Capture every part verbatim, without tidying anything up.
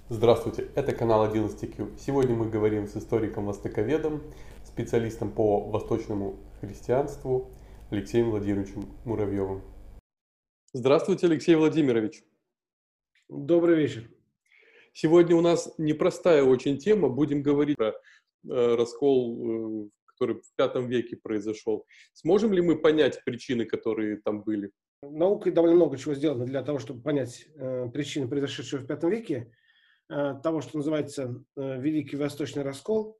Здравствуйте, это канал одиннадцать кью. Сегодня мы говорим с историком-востоковедом, специалистом по восточному христианству Алексеем Владимировичем Муравьевым. Здравствуйте, Алексей Владимирович. Добрый вечер. Сегодня у нас непростая очень тема. Будем говорить про э, раскол, э, который в пятом веке произошел. Сможем ли мы понять причины, которые там были? Наукой довольно много чего сделано для того, чтобы понять э, причины, произошедшего в пятом веке, э, того, что называется э, Великий Восточный раскол.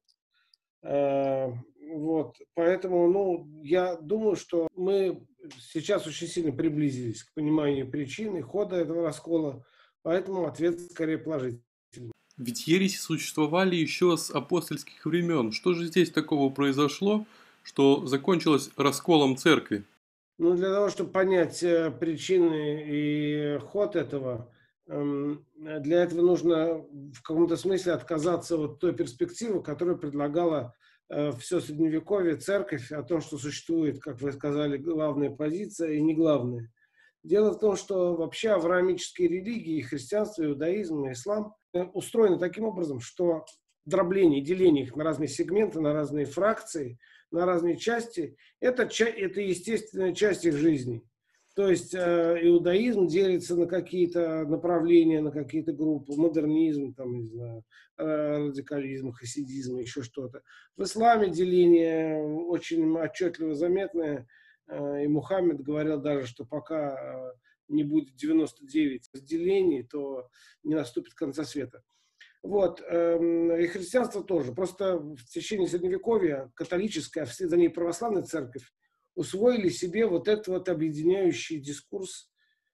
Э, вот. Поэтому, ну, я думаю, что мы сейчас очень сильно приблизились к пониманию причины, хода этого раскола, поэтому ответ скорее положительный. Ведь ереси существовали еще с апостольских времен. Что же здесь такого произошло, что закончилось расколом церкви? Ну, для того, чтобы понять э, причины и ход этого, эм, для этого нужно в каком-то смысле отказаться от той перспективы, которую предлагала э, все Средневековье церковь, о том, что существует, как вы сказали, главная позиция и не главная. Дело в том, что вообще авраамические религии, христианство, иудаизм, и ислам э, устроены таким образом, что дробление, деление их на разные сегменты, на разные фракции, на разные части, это, это естественная часть их жизни. То есть э, иудаизм делится на какие-то направления, на какие-то группы, модернизм, там, не знаю, э, радикализм, хасидизм, еще что-то. В исламе деление очень отчетливо заметное, э, и Мухаммед говорил даже, что пока э, не будет девяносто девять разделений, то не наступит конца света. Вот, эм, и христианство тоже. Просто в течение Средневековья католическая, а вслед за ней православная церковь усвоили себе вот этот вот объединяющий дискурс,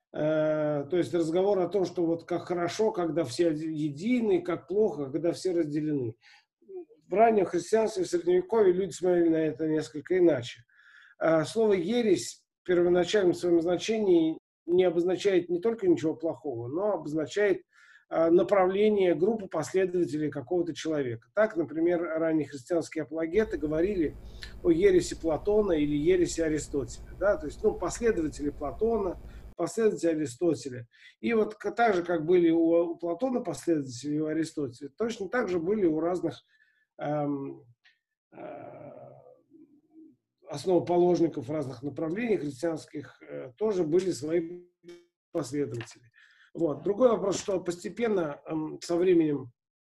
э, то есть разговор о том, что вот как хорошо, когда все едины, как плохо, когда все разделены. В раннем христианстве, в Средневековье люди смотрели на это несколько иначе. Э, слово «ересь» в первоначальном своем значении не обозначает не только ничего плохого, но обозначает направление, группу последователей какого-то человека. Так, например, ранние христианские апологеты говорили о ереси Платона или ереси Аристотеля. Да? То есть, ну, последователи Платона, последователи Аристотеля. И вот так же, как были у, у Платона последователи, у Аристотеля, точно так же были у разных эм, э, основоположников разных направлений христианских, э, тоже были свои последователи. Вот. Другой вопрос, что постепенно э, со временем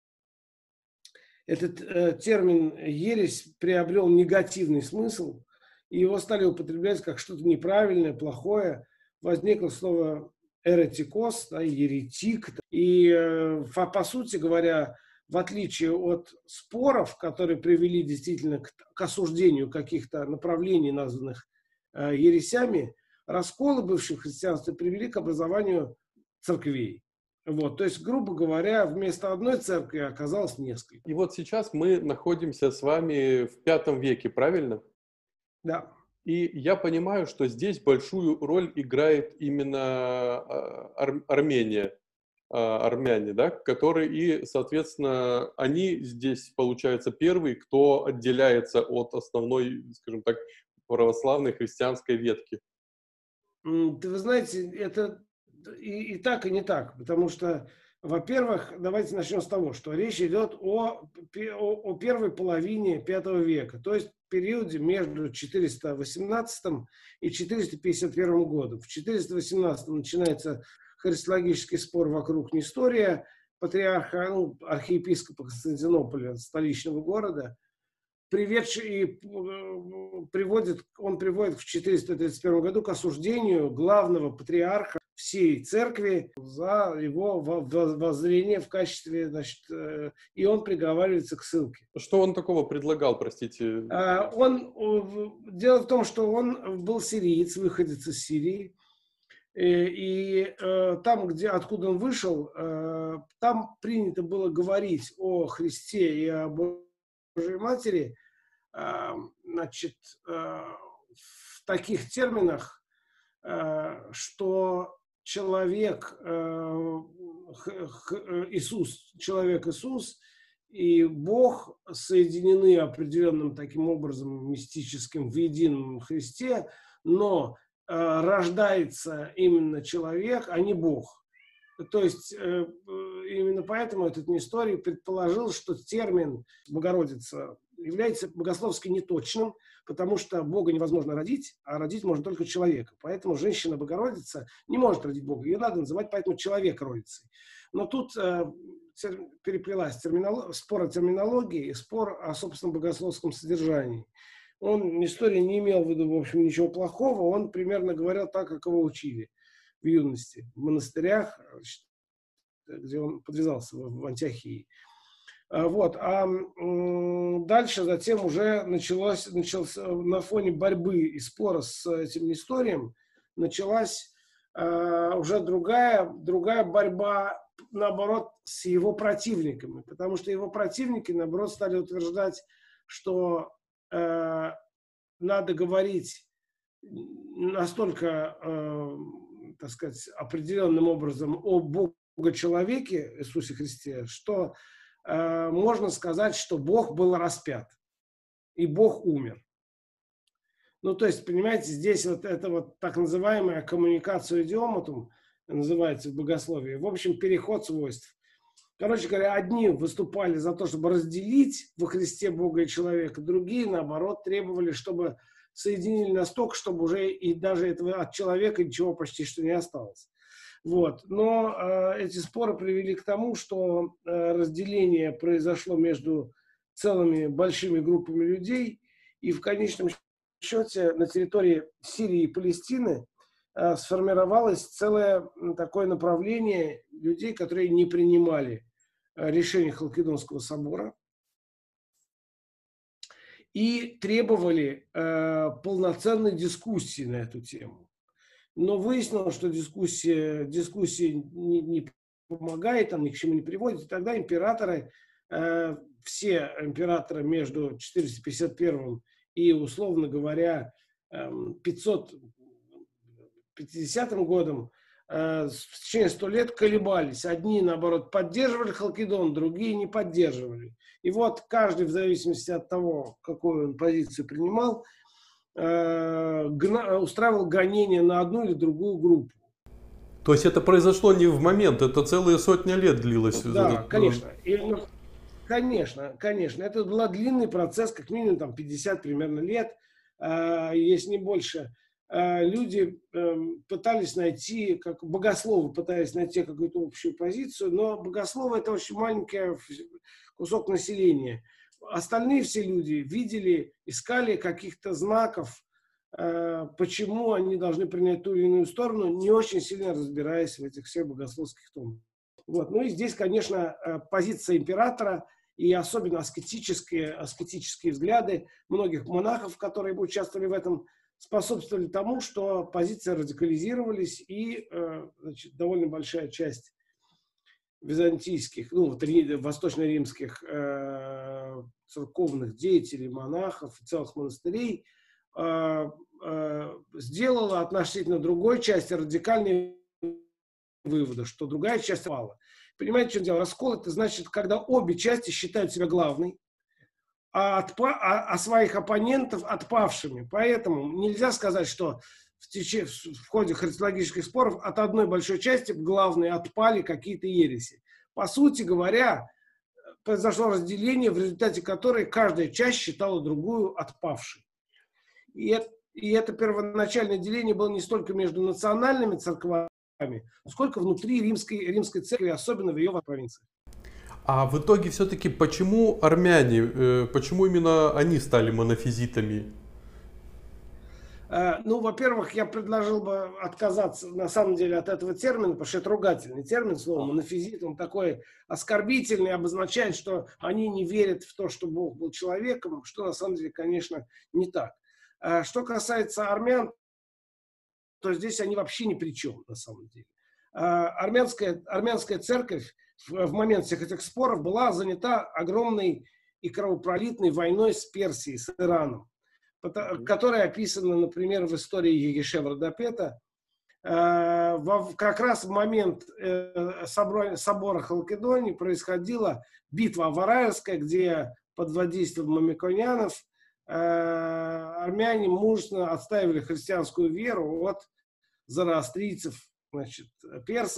этот э, термин «ересь» приобрел негативный смысл, и его стали употреблять как что-то неправильное, плохое. Возникло слово «эретикос», да, «еретик». И, э, по, по сути говоря, в отличие от споров, которые привели действительно к, к осуждению каких-то направлений, названных э, ересями, расколы бывших христианства привели к образованию церквей. Вот, то есть, грубо говоря, вместо одной церкви оказалось несколько. И вот сейчас мы находимся с вами в пятом веке, правильно? Да. И я понимаю, что здесь большую роль играет именно а, Ар- Армения, а, армяне, да, которые и, соответственно, они здесь, получается, первые, кто отделяется от основной, скажем так, православной христианской ветки. М, Вы знаете, это и, и так, и не так, потому что, во-первых, давайте начнем с того, что речь идет о, пе- о, о первой половине пятого века, то есть периоде между четыреста восемнадцатым и четыреста пятьдесят первым годом. В четыреста восемнадцатом начинается христологический спор вокруг Нестория, патриарха, ну, архиепископа Константинополя, столичного города, приведший, э, приводит, он приводит в четыреста тридцать первом году к осуждению главного патриарха всей церкви за его воззрение в качестве, значит, э, и он приговаривается к ссылке. Что он такого предлагал, простите? А, Он, э, дело в том, что он был сириец, выходец из Сирии, и, и э, там, где, откуда он вышел, э, там принято было говорить о Христе и о Божьей Матери, э, значит, э, в таких терминах, э, что человек, э, х- х- Иисус, человек Иисус и Бог соединены определенным таким образом мистическим в едином Христе, но э, рождается именно человек, а не Бог. То есть именно поэтому этот Несторий предположил, что термин «Богородица» является богословски неточным, потому что Бога невозможно родить, а родить можно только человека. Поэтому женщина-богородица не может родить Бога. Ее надо называть поэтому человек-родицей. Но тут э, переплелась терминолог... спор о терминологии и спор о собственном богословском содержании. Он, Несторий, не имел в виду, в общем, ничего плохого, он примерно говорил так, как его учили в юности, в монастырях, где он подвязался в Антиохии. Вот. А дальше затем уже началось, началось на фоне борьбы и спора с этим Несторием началась э, уже другая, другая борьба, наоборот, с его противниками. Потому что его противники, наоборот, стали утверждать, что э, надо говорить настолько, э, так сказать, определенным образом о Бога-человеке Иисусе Христе, что можно сказать, что Бог был распят, и Бог умер. Ну, то есть, понимаете, здесь вот это вот так называемая коммуникация идиоматум называется в богословии, в общем, переход свойств. Короче говоря, одни выступали за то, чтобы разделить во Христе Бога и человека, другие, наоборот, требовали, чтобы соединили настолько, чтобы уже и даже этого от человека ничего почти что не осталось. Вот. Но э, эти споры привели к тому, что э, разделение произошло между целыми большими группами людей, и в конечном счете на территории Сирии и Палестины э, сформировалось целое такое направление людей, которые не принимали э, решение Халкидонского собора и требовали э, полноценной дискуссии на эту тему. Но выяснилось, что дискуссия, дискуссия не, не помогает, там, ни к чему не приводит. И тогда императоры, э, все императоры между четыреста пятьдесят первым и, условно говоря, э, пятьсот пятидесятым годом, э, в течение ста лет колебались. Одни, наоборот, поддерживали Халкидон, другие не поддерживали. И вот каждый, в зависимости от того, какую он позицию принимал, устраивал гонения на одну или другую группу. То есть это произошло не в момент, это целые сотни лет длилось. Да, этот... конечно. И, ну, конечно, конечно. Это был длинный процесс, как минимум там, пятьдесят примерно лет, э, если не больше. Э, люди э, пытались найти, как богословы пытались найти какую-то общую позицию, но богословы — это очень маленький кусок населения. Остальные все люди видели, искали каких-то знаков, э, почему они должны принять ту или иную сторону, не очень сильно разбираясь в этих всех богословских томах. Вот. Ну и здесь, конечно, позиция императора и особенно аскетические, аскетические взгляды многих монахов, которые участвовали в этом, способствовали тому, что позиции радикализировались, и э, значит, довольно большая часть византийских, ну, вот, восточно-римских э, церковных деятелей, монахов, целых монастырей э, э, сделала относительно другой части радикальные выводы, что другая часть пала. Понимаете, что дело? Раскол — это значит, когда обе части считают себя главной, а, отпа, а, а своих оппонентов отпавшими. Поэтому нельзя сказать, что В, теч... в ходе христологических споров от одной большой части главные отпали какие-то ереси. По сути говоря, произошло разделение, в результате которой каждая часть считала другую отпавшей. И это, и это первоначальное деление было не столько между национальными церквами, сколько внутри римской, римской церкви, особенно в ее провинциях. А в итоге все-таки почему армяне, почему именно они стали монофизитами? Ну, во-первых, я предложил бы отказаться, на самом деле, от этого термина, потому что это ругательный термин, слово монофизит, он такой оскорбительный, обозначает, что они не верят в то, что Бог был человеком, что на самом деле, конечно, не так. Что касается армян, то здесь они вообще ни при чем, на самом деле. Армянская, армянская церковь в момент всех этих споров была занята огромной и кровопролитной войной с Персией, с Ираном, которая описана, например, в истории Егешев-Родопета. Как раз в момент собора Халкидонии происходила битва Авараевская, где под воздействием мамиконянов армяне мужественно отстаивали христианскую веру от зороастрийцев, значит, персов,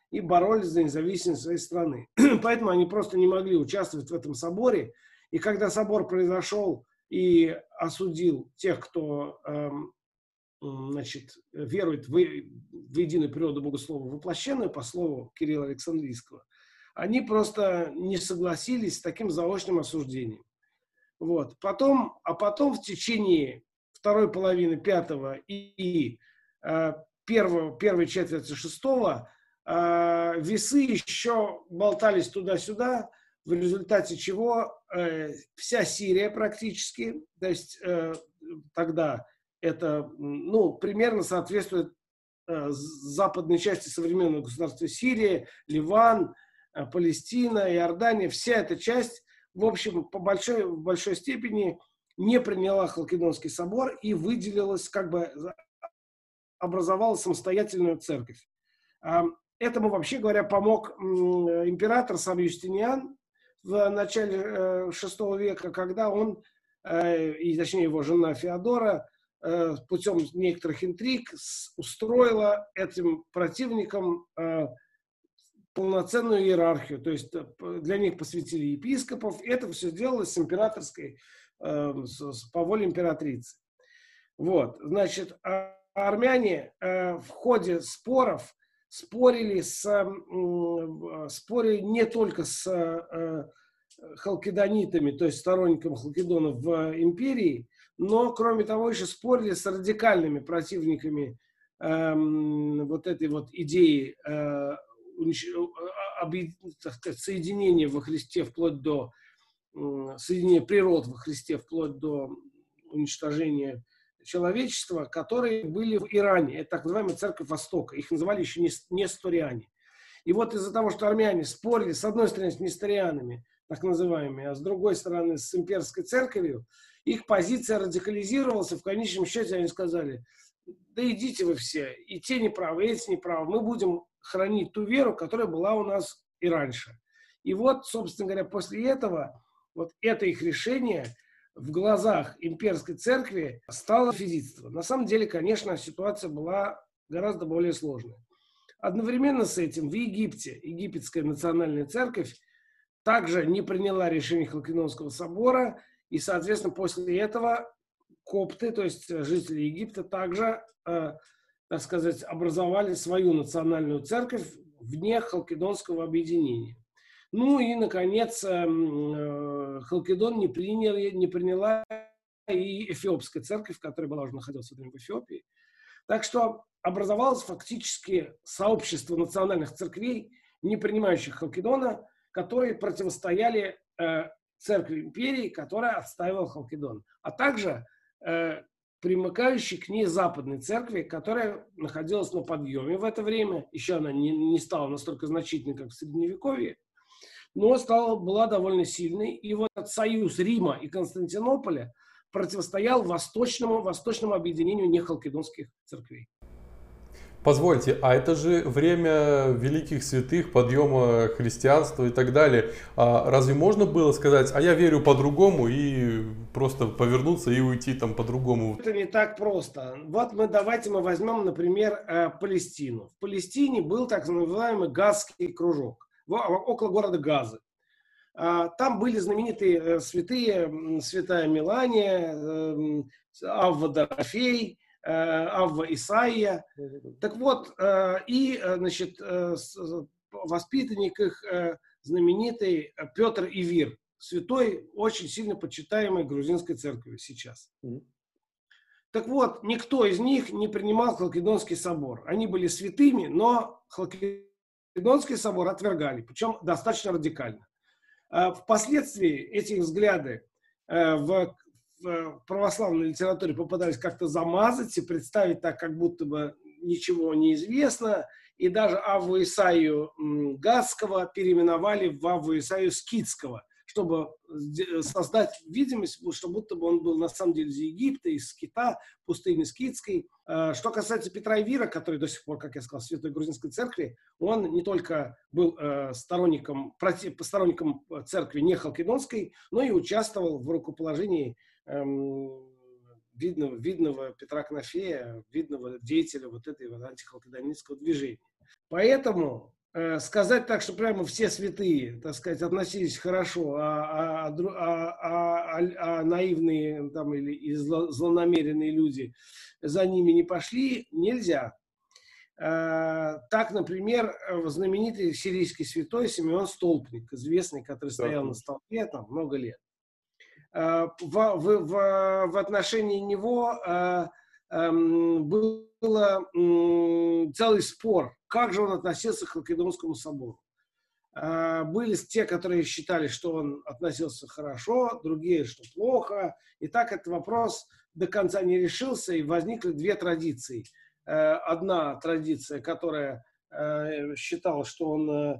и боролись за независимость своей страны. Поэтому они просто не могли участвовать в этом соборе. И когда собор произошел и осудил тех, кто эм, значит, верует в, в единую природу богослова воплощенную, по слову Кирилла Александрийского, они просто не согласились с таким заочным осуждением. Вот. Потом, а потом в течение второй половины пятого и э, первого, первой четверти шестого э, весы еще болтались туда-сюда, в результате чего э, вся Сирия практически, то есть э, тогда это, ну, примерно соответствует э, западной части современного государства Сирии, Ливан, э, Палестина, Иордания, вся эта часть, в общем, по большой, в большой степени не приняла Халкидонский собор и выделилась, как бы образовала самостоятельную церковь. Этому, вообще говоря, помог император сам Юстиниан в начале шестого века, когда он, и точнее его жена Феодора, путем некоторых интриг устроила этим противникам полноценную иерархию, то есть для них посвятили епископов, и это все делалось с императорской, по воле императрицы. Вот, значит, армяне в ходе споров спорили, с, спорили не только с халкидонитами, то есть сторонниками Халкидона в империи, но, кроме того, еще спорили с радикальными противниками э, вот этой вот идеи э, об, так сказать, соединения во Христе вплоть до э, соединения природ во Христе вплоть до уничтожения человечества, которые были в Иране. Это так называемая Церковь Востока. Их называли еще несториане. И вот из-за того, что армяне спорили, с одной стороны, с несторианами, так называемыми, а с другой стороны, с имперской церковью, их позиция радикализировалась, и в конечном счете они сказали: да идите вы все, и те неправы, и эти неправы, мы будем хранить ту веру, которая была у нас и раньше. И вот, собственно говоря, после этого, вот это их решение в глазах имперской церкви стало физичество. На самом деле, конечно, ситуация была гораздо более сложная. Одновременно с этим в Египте египетская национальная церковь также не приняла решение Халкидонского собора, и, соответственно, после этого копты, то есть жители Египта, также, э, так сказать, образовали свою национальную церковь вне Халкидонского объединения. Ну и, наконец, э, Халкидон не, приняли, не приняла и эфиопская церковь, которая была уже находилась в Эфиопии. Так что образовалось фактически сообщество национальных церквей, не принимающих Халкидона, которые противостояли э, церкви империи, которая отстаивала Халкидон, а также э, примыкающей к ней западной церкви, которая находилась на подъеме в это время. Еще она не, не стала настолько значительной, как в Средневековье, но стала, была довольно сильной. И вот этот союз Рима и Константинополя противостоял восточному, восточному объединению нехалкидонских церквей. Позвольте, а это же время великих святых, подъема христианства и так далее. А разве можно было сказать: а я верю по-другому, и просто повернуться и уйти там по-другому? Это не так просто. Вот мы давайте мы возьмем, например, Палестину. В Палестине был так называемый Газский кружок около города Газы. Там были знаменитые святые, святая Мелания, Авва Дорофей, Авва Исаия. Так вот, и, значит, воспитанник их знаменитый Петр Ивир, святой, очень сильно почитаемой грузинской церкви сейчас. Так вот, никто из них не принимал Халкидонский собор. Они были святыми, но Халкидонский собор отвергали, причем достаточно радикально. Впоследствии эти взгляды в в православной литературе попытались как-то замазать и представить так, как будто бы ничего не известно. И даже Авву Исаию Газского переименовали в Авву Исаию Скитского, чтобы создать видимость, что будто бы он был на самом деле из Египта, из Скита, пустыни Скитской. Что касается Петра Ивира, который до сих пор, как я сказал, в Святой Грузинской церкви, он не только был сторонником, сторонником церкви не халкидонской, но и участвовал в рукоположении видного, видного Петра Кнафея, видного деятеля вот этой вот антихалкидонистского движения. Поэтому э, сказать так, что прямо все святые, так сказать, относились хорошо, а, а, а, а, а, а наивные там, или и зло, злонамеренные люди за ними не пошли, нельзя. Э, так, например, знаменитый сирийский святой Симеон Столпник, известный, который Да, стоял на конечно. столпе там много лет. В, в, в, в отношении него э, эм, был целый спор, как же он относился к Халкидонскому собору. Э, были те, которые считали, что он относился хорошо, другие, что плохо. И так этот вопрос до конца не решился, и возникли две традиции. Э, одна традиция, которая э, считала, что он э,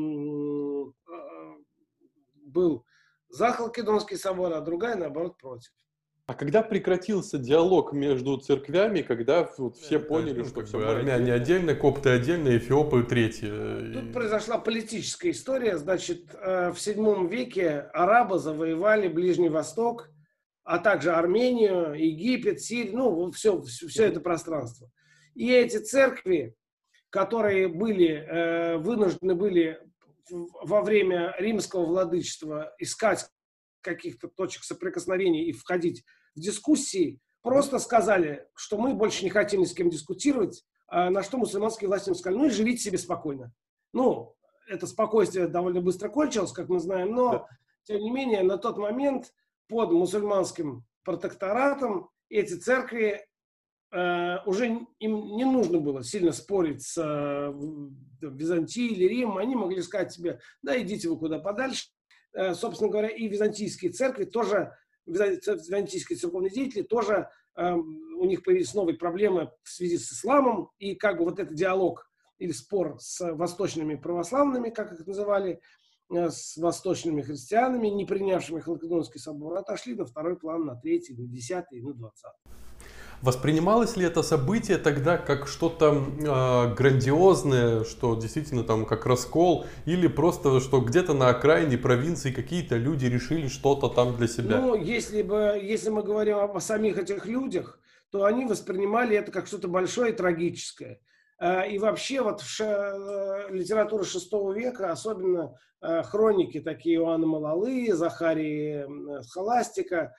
э, был за Халкидонский собор, а другая, наоборот, против. А когда прекратился диалог между церквями, когда вот все Это, поняли, ну, что как все, бы мы армяне отдельно? отдельно, копты отдельно, эфиопы третьи. Тут И- произошла политическая история. Значит, в седьмом веке арабы завоевали Ближний Восток, а также Армению, Египет, Сирию, ну, все, все это пространство. И эти церкви, которые были, вынуждены были во время римского владычества искать каких-то точек соприкосновения и входить в дискуссии, просто сказали, что мы больше не хотим ни с кем дискутировать, на что мусульманские власти сказали, ну и живите себе спокойно. Ну, это спокойствие довольно быстро кончилось, как мы знаем, Да. но, тем не менее, на тот момент под мусульманским протекторатом эти церкви э, уже им не нужно было сильно спорить с э, Византией или Римом, они могли сказать себе, да, идите вы куда подальше. Э, собственно говоря, и византийские церкви тоже, византийские церковные деятели тоже, э, у них появились новые проблемы в связи с исламом, и как бы вот этот диалог или спор с восточными православными, как их называли, э, с восточными христианами, не принявшими Халкидонский собор, отошли на второй план, на третий, на десятый, на двадцатый. Воспринималось ли это событие тогда как что-то э, грандиозное, что действительно там как раскол, или просто, что где-то на окраине провинции какие-то люди решили что-то там для себя? Ну, если, бы, если мы говорим о самих этих людях, то они воспринимали это как что-то большое и трагическое. И вообще вот в ш... литературе шестого века, особенно хроники такие Иоанна Малалы, Захарии Схоластика,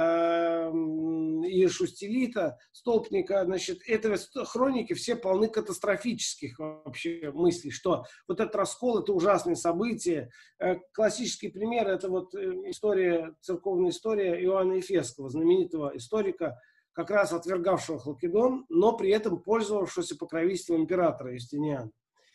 и Шустелита, Столпника, значит, это хроники все полны катастрофических вообще мыслей, что вот этот раскол, это ужасное событие. Классический пример, это вот история, церковная история Иоанна Ефесского, знаменитого историка, как раз отвергавшего Халкидон, но при этом пользовавшегося покровительством императора Юстиниана.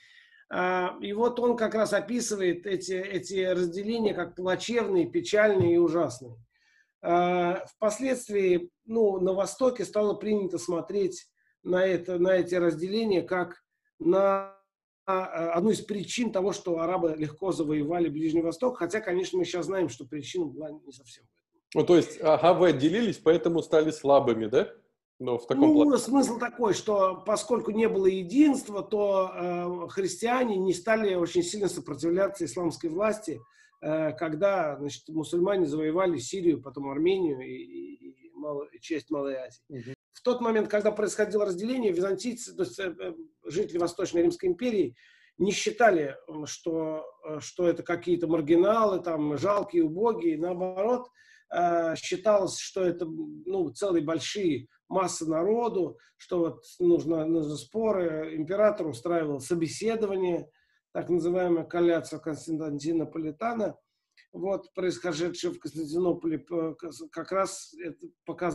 И вот он как раз описывает эти, эти разделения как плачевные, печальные и ужасные. Впоследствии, ну, на Востоке стало принято смотреть на, это, на эти разделения как на одну из причин того, что арабы легко завоевали Ближний Восток, хотя, конечно, мы сейчас знаем, что причина была не совсем в этом. Ну, то есть, ага, вы отделились, поэтому стали слабыми, да? Но в таком ну, плане. Смысл такой, что поскольку не было единства, то э, христиане не стали очень сильно сопротивляться исламской власти, когда, значит, мусульмане завоевали Сирию, потом Армению и, и, и, мало, и часть Малой Азии. Угу. В тот момент, когда происходило разделение, византийцы, то есть жители Восточной Римской империи, не считали, что, что это какие-то маргиналы, там, жалкие, убогие. Наоборот, считалось, что это, ну, целые большие массы народу, что вот нужно, нужно споры. Император устраивал собеседование, так называемая колляция Константинополитана, вот, происхождшая в Константинополе, как раз это показало,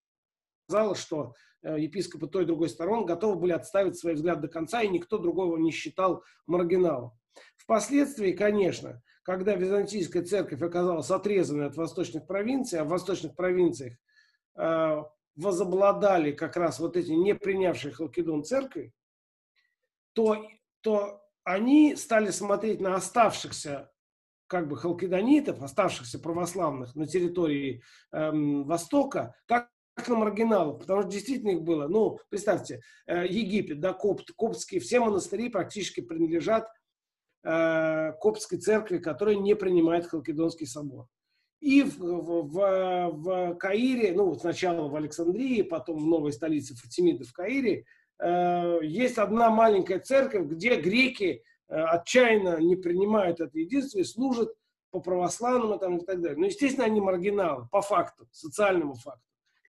что епископы той и другой сторон готовы были отставить свои взгляды до конца, и никто другого не считал маргиналом. Впоследствии, конечно, когда византийская церковь оказалась отрезанной от восточных провинций, а в восточных провинциях э, возобладали как раз вот эти не принявшие Халкидон церкви, то, то они стали смотреть на оставшихся как бы халкидонитов, оставшихся православных на территории эм, Востока, как на маргиналов, потому что действительно их было. Ну, представьте, э, Египет, да, копт, коптские, все монастыри практически принадлежат э, коптской церкви, которая не принимает Халкидонский собор. И в, в, в, в Каире, ну, вот сначала в Александрии, потом в новой столице Фатимидов в Каире, э, есть одна маленькая церковь, где греки отчаянно не принимают это единство и служат по православному там, и так далее. Но, естественно, они маргиналы, по факту, социальному факту.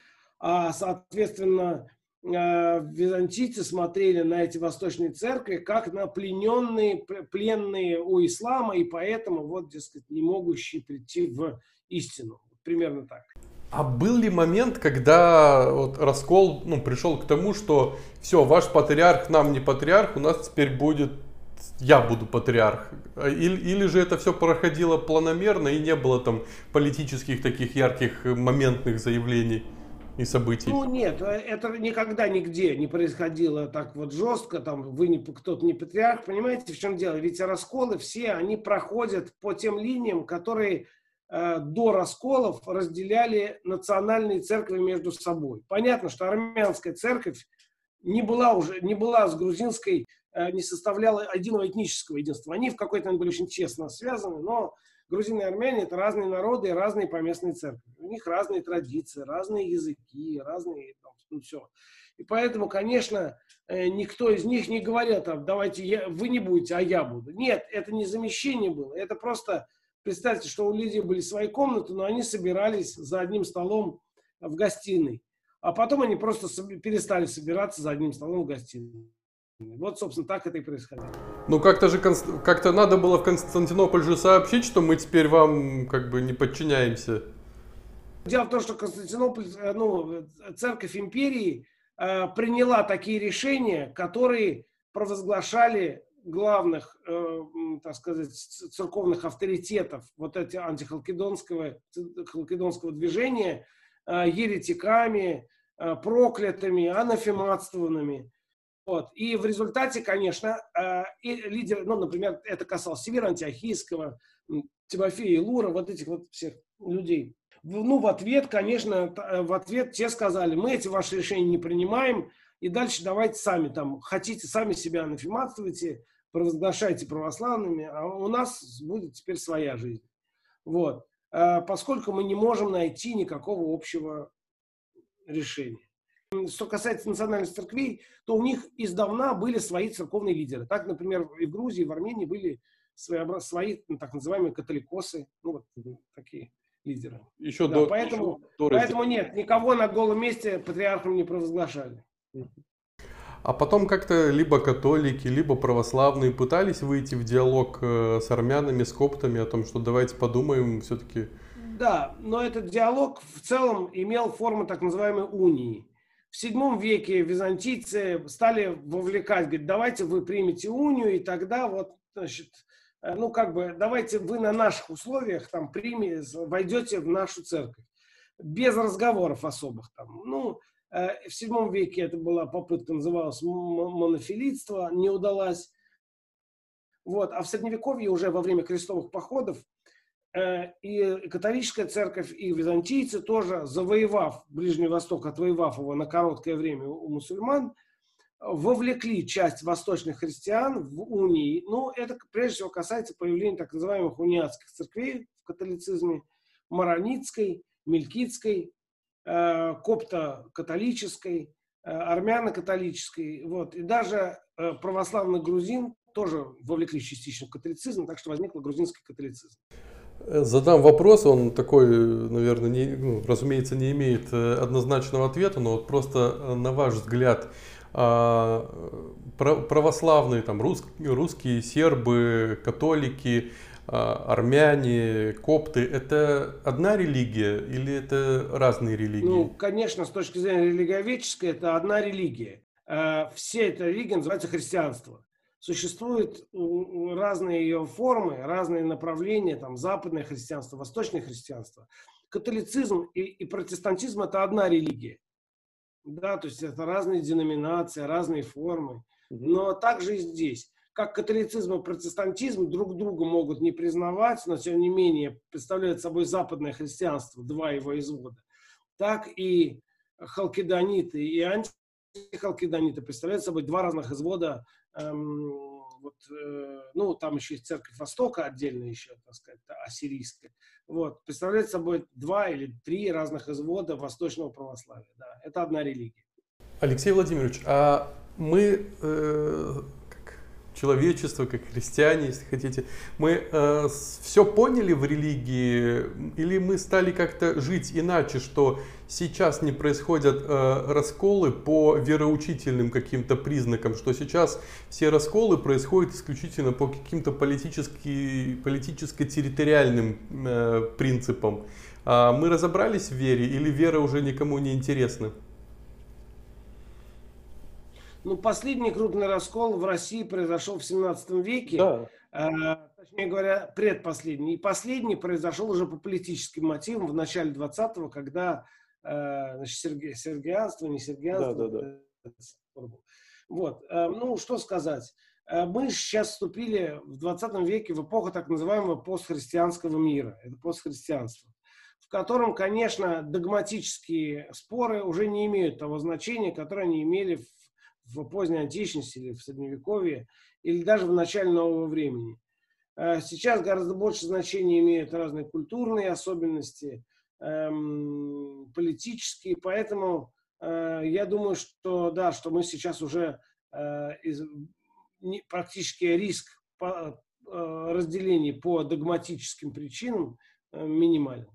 А, соответственно, византийцы смотрели на эти восточные церкви как на плененные, пленные у ислама, и поэтому, вот, дескать, не могущие прийти в истину. Примерно так. А был ли момент, когда вот раскол ну, пришел к тому, что все, ваш патриарх нам не патриарх, у нас теперь будет, я буду патриарх? Или, или же это все проходило планомерно и не было там политических таких ярких моментных заявлений и событий? Ну нет, это никогда нигде не происходило так вот жестко, там вы не, кто-то не патриарх, понимаете, в чем дело? Ведь расколы все, они проходят по тем линиям, которые э, до расколов разделяли национальные церкви между собой. Понятно, что армянская церковь не была уже, не была с грузинской, э, не составляла единого этнического единства. Они в какой-то момент были очень тесно связаны, но грузины и армяне — это разные народы и разные поместные церкви. У них разные традиции, разные языки, разные, там, ну, все. И поэтому, конечно, никто из них не говорил, там, давайте я, вы не будете, а я буду. Нет, это не замещение было. Это просто, представьте, что у людей были свои комнаты, но они собирались за одним столом в гостиной. А потом они просто перестали собираться за одним столом в гостиной. Вот, собственно, так это и происходило. Ну, как-то же как-то надо было в Константинополь же сообщить, что мы теперь вам как бы не подчиняемся. Дело в том, что Константинополь, ну, церковь империи э, приняла такие решения, которые провозглашали главных, э, так сказать, церковных авторитетов вот эти антихалкидонского халкидонского движения э, еретиками, э, проклятыми, анафематствованными. Вот. И в результате, конечно, э, и лидеры, ну, например, это касалось Севера Антиохийского, Тимофея Илура, вот этих вот всех людей. Ну, в ответ, конечно, в ответ те сказали, мы эти ваши решения не принимаем, и дальше давайте сами там, хотите, сами себя анафематствуйте, провозглашайте православными, а у нас будет теперь своя жизнь. Вот. Э, поскольку мы не можем найти никакого общего решения. Что касается национальных церквей, то у них издавна были свои церковные лидеры. Так, например, и в Грузии, и в Армении были свои, свои ну, так называемые католикосы, ну вот такие лидеры. Еще да, до, поэтому, еще до поэтому нет, никого на голом месте патриархом не провозглашали. А потом как-то либо католики, либо православные пытались выйти в диалог с армянами, с коптами о том, что давайте подумаем все-таки. Да, но этот диалог в целом имел форму так называемой унии. В седьмом веке византийцы стали вовлекать, говорят, давайте вы примете унию, и тогда вот, значит, ну как бы, давайте вы на наших условиях там примете, войдете в нашу церковь. Без разговоров особых там. Ну, в седьмом веке это была попытка, называлась монофилитство, не удалась. Вот. А в Средневековье уже во время крестовых походов и католическая церковь, и византийцы тоже, завоевав Ближний Восток, отвоевав его на короткое время у мусульман, вовлекли часть восточных христиан в унии. Ну, это прежде всего касается появления так называемых униатских церквей в католицизме, маронитской, мелькитской, э, копто-католической, э, армяно-католической. Вот. И даже э, православных грузин тоже вовлекли частично в католицизм, так что возникла грузинский католицизм. Задам вопрос, он такой, наверное, не, ну, разумеется, не имеет однозначного ответа, но вот просто на ваш взгляд, православные, там, рус, русские, сербы, католики, армяне, копты, это одна религия или это разные религии? Ну, конечно, с точки зрения религиоведческой, это одна религия. Все эта религия называется христианство. Существуют разные ее формы, разные направления, там, западное христианство, восточное христианство. Католицизм и, и протестантизм – это одна религия. Да, то есть это разные деноминации, разные формы. Но также и здесь. Как католицизм и протестантизм друг друга могут не признавать, но тем не менее представляют собой западное христианство, два его извода, так и халкидониты и антихалкидониты представляют собой два разных извода. Эм, вот, э, ну, там еще есть церковь Востока отдельно еще, так сказать, ассирийская. Вот, представляет собой два или три разных извода восточного православия. Да, это одна религия. Алексей Владимирович, а мы... Э... человечество, как христиане, если хотите, мы э, все поняли в религии, или мы стали как-то жить иначе, что сейчас не происходят э, расколы по вероучительным каким-то признакам, что сейчас все расколы происходят исключительно по каким-то политически, политическо-территориальным э, принципам. А мы разобрались в вере, или вера уже никому не интересна? Ну, последний крупный раскол в России произошел в семнадцатом веке, Да. э, точнее говоря, предпоследний. И последний произошел уже по политическим мотивам в начале двадцатого, когда э, значит, серги, сергианство, не сергианство. Да, да, да. Вот. Э, ну, что сказать. Э, мы сейчас вступили в двадцатом веке в эпоху так называемого постхристианского мира. Это постхристианство, в котором, конечно, догматические споры уже не имеют того значения, которое они имели в в поздней античности или в средневековье, или даже в начале нового времени. Сейчас гораздо больше значения имеют разные культурные особенности, эм, политические, поэтому э, я думаю, что да, что мы сейчас уже э, из, не, практически риск по, э, разделений по догматическим причинам э, минимален.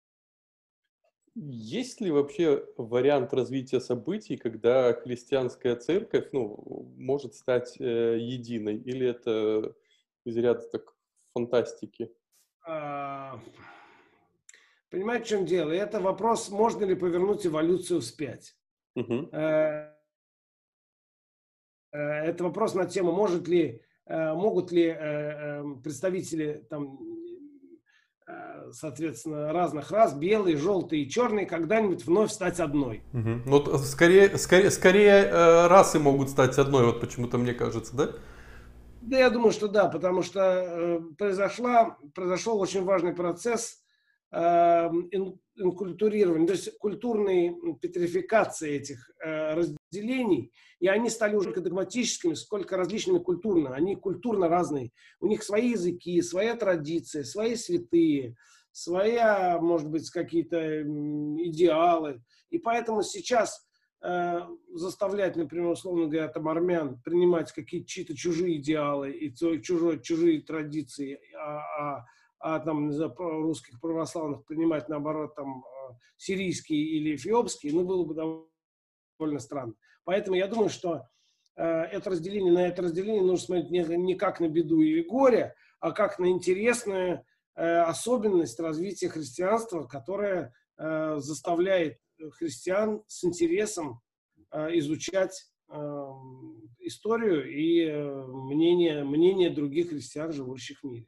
Есть ли вообще вариант развития событий, когда христианская церковь, ну, может стать э, единой? Или это из ряда так фантастики? А, понимаете, в чем дело? Это вопрос, можно ли повернуть эволюцию вспять. Угу. Это вопрос на тему, может ли, могут ли представители там, соответственно, разных рас, белые, желтые и черные, когда-нибудь вновь стать одной. Угу. Вот скорее, скорее, скорее э, расы могут стать одной, вот почему-то мне кажется, да? Да, я думаю, что да, потому что э, произошла, произошел очень важный процесс э, ин, инкультурирования, то есть культурной петрификации этих э, разделений, и они стали уже не догматическими, сколько различными культурно. Они культурно разные. У них свои языки, своя традиция, свои святые, свои, может быть, какие-то идеалы. И поэтому сейчас э, заставлять, например, условно говоря, там, армян принимать какие-то чьи-то чужие идеалы и чужие, чужие традиции, а, а, а там, за русских православных принимать, наоборот, там, сирийские или эфиопские, ну, было бы довольно странно. Поэтому я думаю, что э, это разделение, на это разделение нужно смотреть не, не как на беду или горе, а как на интересную э, особенность развития христианства, которая э, заставляет христиан с интересом э, изучать э, историю и э, мнение, мнение других христиан, живущих в мире.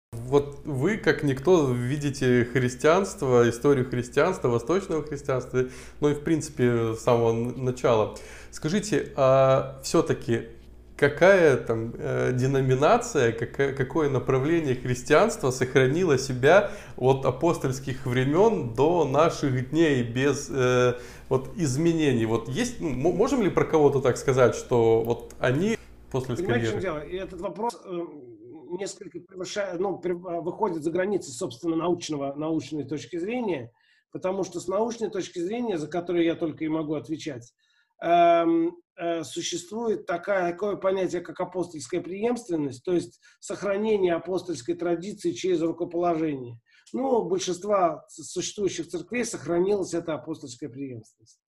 Вот вы, как никто, видите христианство, историю христианства, восточного христианства, ну и в принципе с самого начала. Скажите, а все-таки какая там э, деноминация, какая, какое направление христианства сохранило себя от апостольских времен до наших дней без э, вот изменений? Вот есть, ну, можем ли про кого-то так сказать, что вот они после Понимаете, карьеры? в чем дело? И этот вопрос э, несколько превышает, ну, при, выходит за границы, собственно, научного, научной точки зрения, потому что с научной точки зрения, за которую я только и могу отвечать, э, э, существует такая, такое понятие, как апостольская преемственность, то есть сохранение апостольской традиции через рукоположение. Ну, у большинства существующих церквей сохранилась эта апостольская преемственность.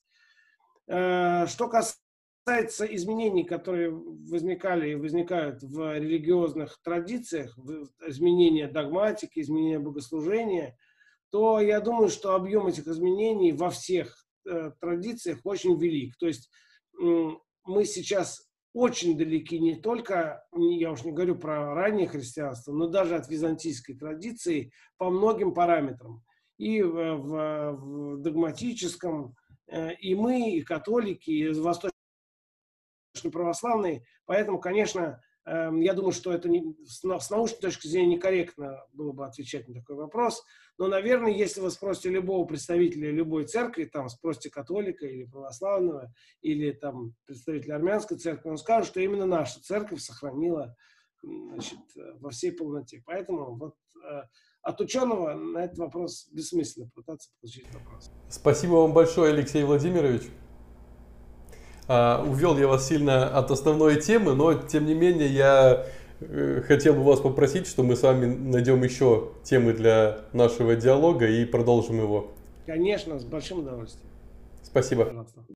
Э, что касается касается изменений, которые возникали и возникают в религиозных традициях, изменения догматики, изменения богослужения, то я думаю, что объем этих изменений во всех э, традициях очень велик. То есть э, мы сейчас очень далеки не только, я уж не говорю про раннее христианство, но даже от византийской традиции по многим параметрам. И в, в, в догматическом, э, и мы, и католики, и восточные православные, поэтому, конечно, э, я думаю, что это не, с, с научной точки зрения некорректно было бы отвечать на такой вопрос, но, наверное, если вы спросите любого представителя любой церкви, там, спросите католика или православного, или там представителя армянской церкви, он скажет, что именно наша церковь сохранила, значит, во всей полноте. Поэтому вот э, от ученого на этот вопрос бессмысленно пытаться получить вопрос. Спасибо вам большое, Алексей Владимирович. А, увел я вас сильно от основной темы, но тем не менее я э, хотел бы вас попросить, что мы с вами найдем еще темы для нашего диалога и продолжим его. Конечно, с большим удовольствием. Спасибо. Пожалуйста.